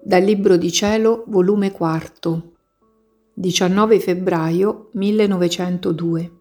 Dal Libro di Cielo, volume 4, 19 febbraio 1902.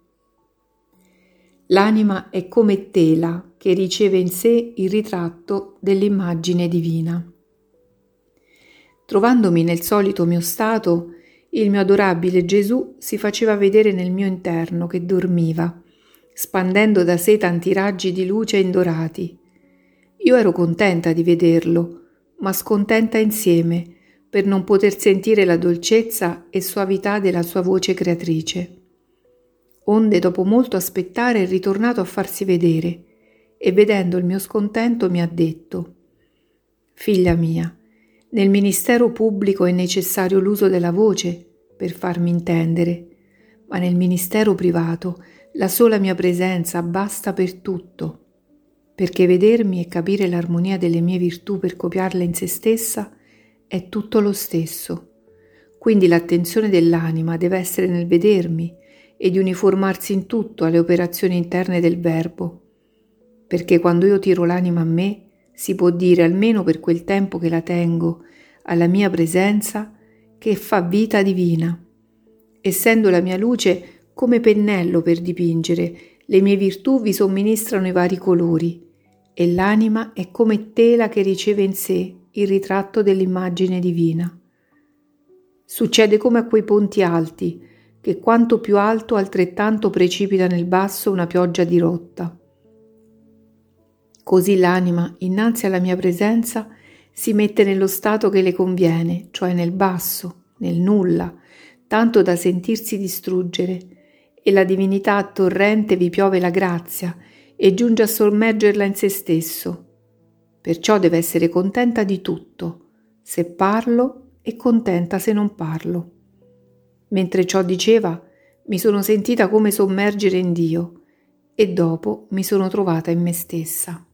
L'anima è come tela che riceve in sé il ritratto dell'immagine divina. Trovandomi nel solito mio stato, il mio adorabile Gesù si faceva vedere nel mio interno che dormiva, spandendo da sé tanti raggi di luce indorati. Io ero contenta di vederlo, ma scontenta insieme per non poter sentire la dolcezza e suavità della sua voce creatrice. Onde, dopo molto aspettare, è ritornato a farsi vedere e, vedendo il mio scontento, mi ha detto: «Figlia mia, nel ministero pubblico è necessario l'uso della voce per farmi intendere, ma nel ministero privato la sola mia presenza basta per tutto, perché vedermi e capire l'armonia delle mie virtù per copiarle in se stessa è tutto lo stesso. Quindi l'attenzione dell'anima deve essere nel vedermi e di uniformarsi in tutto alle operazioni interne del verbo, perché quando io tiro l'anima a me, si può dire, almeno per quel tempo che la tengo alla mia presenza, che fa vita divina, essendo la mia luce come pennello per dipingere, le mie virtù vi somministrano i vari colori, e l'anima è come tela che riceve in sé il ritratto dell'immagine divina. Succede come a quei ponti alti, che quanto più alto altrettanto precipita nel basso una pioggia dirotta. Così l'anima, innanzi alla mia presenza, si mette nello stato che le conviene, cioè nel basso, nel nulla, tanto da sentirsi distruggere, e la divinità torrente vi piove la grazia e giunge a sommergerla in se stesso. Perciò deve essere contenta di tutto, se parlo, e contenta se non parlo. Mentre ciò diceva, mi sono sentita come sommergere in Dio e dopo mi sono trovata in me stessa.